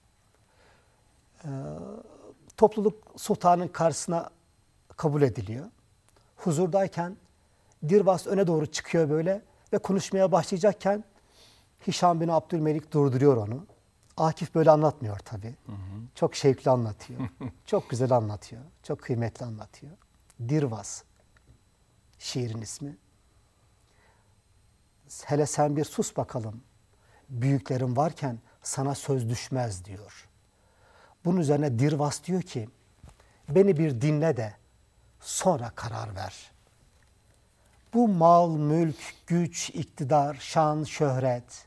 Topluluk sultanın karşısına kabul ediliyor. Huzurdayken Dirvas öne doğru çıkıyor böyle ve konuşmaya başlayacakken Hişam bin Abdülmelik durduruyor onu. Akif böyle anlatmıyor tabii. Çok şevkli anlatıyor. Çok güzel anlatıyor. Çok kıymetli anlatıyor. Dirvas şiirin ismi. Hele sen bir sus bakalım. Büyüklerin varken sana söz düşmez diyor. Bunun üzerine Dirvas diyor ki beni bir dinle de sonra karar ver. Bu mal, mülk, güç, iktidar, şan, şöhret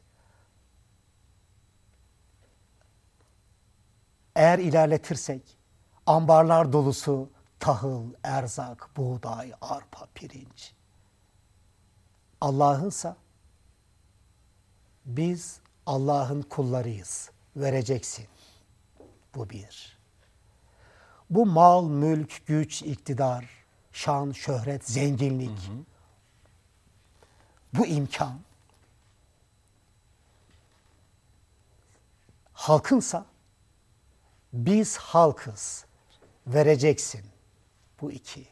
eğer ilerletirsek ambarlar dolusu tahıl, erzak, buğday, arpa, pirinç Allah'ınsa biz Allah'ın kullarıyız. Vereceksin. Bu bir. Bu mal, mülk, güç, iktidar, şan, şöhret, zenginlik, bu imkan halkınsa biz halkız. Vereceksin. Bu iki.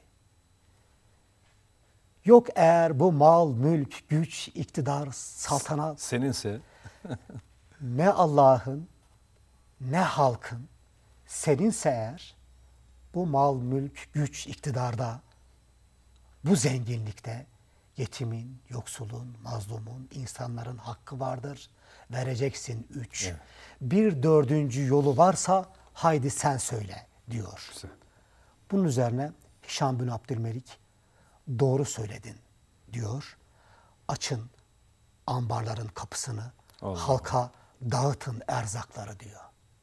Yok eğer bu mal, mülk, güç, iktidar, saltanat Seninse ne Allah'ın ne halkın seninse eğer bu mal, mülk, güç, iktidarda, bu zenginlikte yetimin, yoksulun, mazlumun, insanların hakkı vardır. Vereceksin 3. Evet. Bir dördüncü yolu varsa haydi sen söyle diyor. güzel. Bunun üzerine Hişam bin Abdülmelik doğru söyledin diyor. Açın ambarların kapısını, Allah. halka dağıtın erzakları diyor.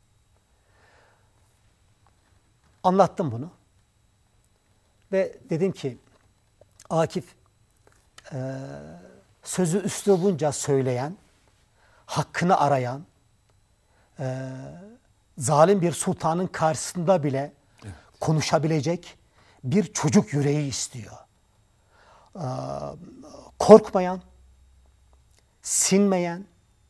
Anlattım bunu. Ve dedim ki Akif sözü üslubunca söyleyen, hakkını arayan, zalim bir sultanın karşısında bile konuşabilecek bir çocuk yüreği istiyor. Korkmayan, sinmeyen,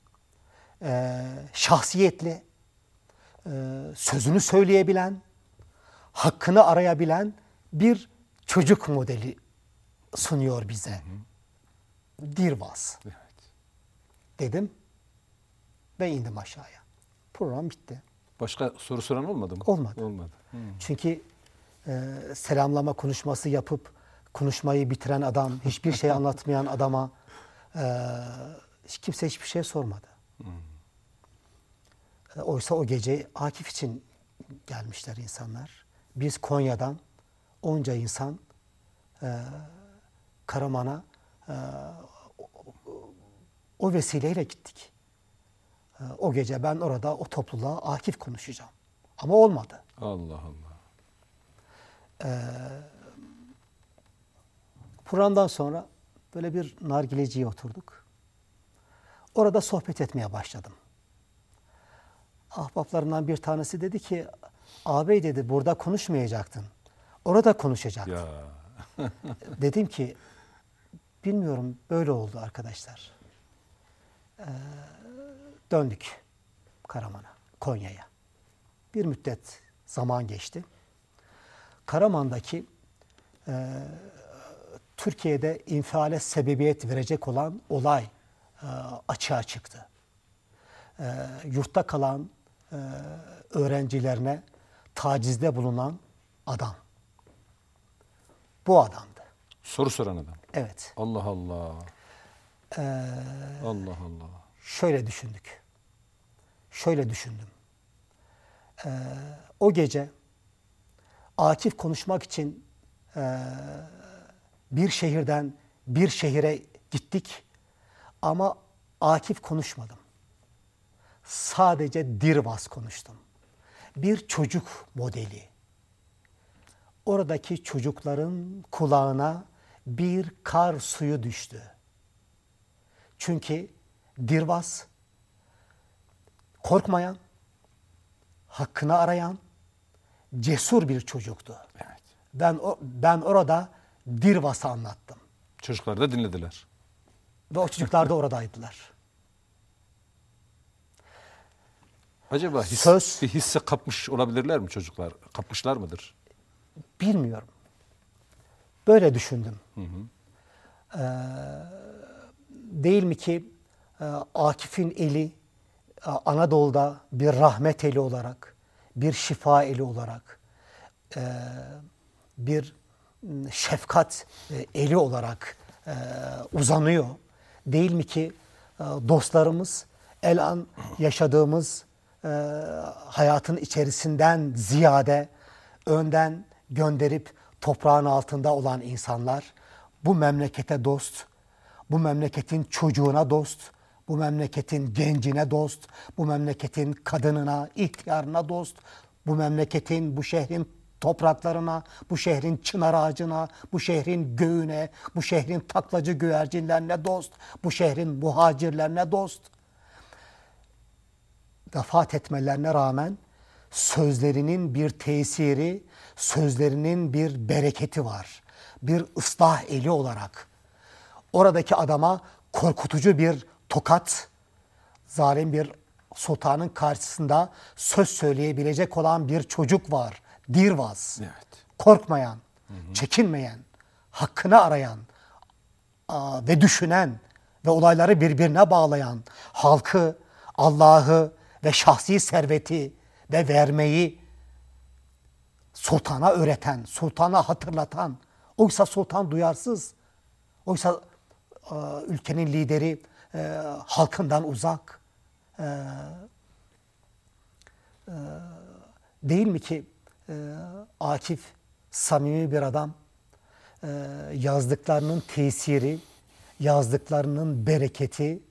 şahsiyetli, sözünü söyleyebilen, hakkını arayabilen bir çocuk modeli sunuyor bize. Dirvas. Evet. Dedim ve indim aşağıya. Program bitti. Başka soru soran olmadı mı? Olmadı. Olmadı. Çünkü selamlama konuşması yapıp konuşmayı bitiren adam, hiçbir şey anlatmayan adama hiç kimse hiçbir şey sormadı. Oysa o gece Akif için gelmişler insanlar. Biz Konya'dan onca insan Karaman'a o vesileyle gittik. O gece ben orada o topluluğa Akif konuşacağım. Ama olmadı. Allah Allah. Programdan sonra böyle bir nargileciye oturduk. Orada sohbet etmeye başladım. Ahbaplarından bir tanesi dedi ki, ağabey dedi burada konuşmayacaktın. Orada konuşacaktın. Ya. Dedim ki, bilmiyorum böyle oldu arkadaşlar. Döndük Karaman'a, Konya'ya. Bir müddet zaman geçti. Karaman'daki Türkiye'de infiale sebebiyet verecek olan olay açığa çıktı. Yurtta kalan öğrencilerine tacizde bulunan adam. Bu adamdı. Soru soran adam. Evet. Allah Allah. Allah Allah. Şöyle düşündük. Şöyle düşündüm. O gece Akif konuşmak için bir şehirden bir şehire gittik ama Akif konuşmadım. Sadece Dirvas konuştum. Bir çocuk modeli. Oradaki çocukların kulağına bir kar suyu düştü. Çünkü Dirvas korkmayan, hakkını arayan, cesur bir çocuktu. Evet. Ben orada Dirvas'ı anlattım. Çocuklar da dinlediler. Ve o çocuklar da oradaydılar. Acaba bir hisse kapmış olabilirler mi çocuklar? Kapmışlar mıdır? Bilmiyorum. Böyle düşündüm. Değil mi ki Akif'in eli Anadolu'da bir rahmet eli olarak, bir şifa eli olarak, bir şefkat eli olarak uzanıyor. Değil mi ki dostlarımız el an yaşadığımız hayatın içerisinden ziyade önden gönderip toprağın altında olan insanlar bu memlekete dost, bu memleketin çocuğuna dost, bu memleketin gencine dost, bu memleketin kadınına, ihtiyarına dost, bu memleketin, bu şehrin topraklarına, bu şehrin çınar ağacına, bu şehrin göğüne, bu şehrin taklacı güvercinlerine dost, bu şehrin muhacirlerine dost. Vefat etmelerine rağmen sözlerinin bir tesiri, sözlerinin bir bereketi var. Bir ıslah eli olarak. Oradaki adama korkutucu bir tokat, zalim bir sultanın karşısında söz söyleyebilecek olan bir çocuk var. Dirbaz. Evet. Korkmayan, çekinmeyen, hakkını arayan ve düşünen ve olayları birbirine bağlayan, halkı, Allah'ı ve şahsi serveti ve vermeyi sultana öğreten, sultana hatırlatan. Oysa sultan duyarsız. Oysa ülkenin lideri halkından uzak. Değil mi ki Akif samimi bir adam, yazdıklarının tesiri, yazdıklarının bereketi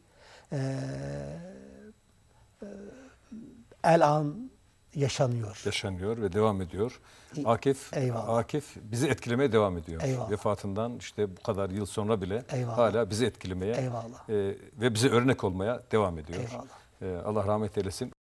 el an yaşanıyor. Yaşanıyor ve devam ediyor. Eyvallah. Akif bizi etkilemeye devam ediyor. Eyvallah. Vefatından işte bu kadar yıl sonra bile Eyvallah. hala bizi etkilemeye Eyvallah. ve bize örnek olmaya devam ediyor. Eyvallah. Allah rahmet eylesin.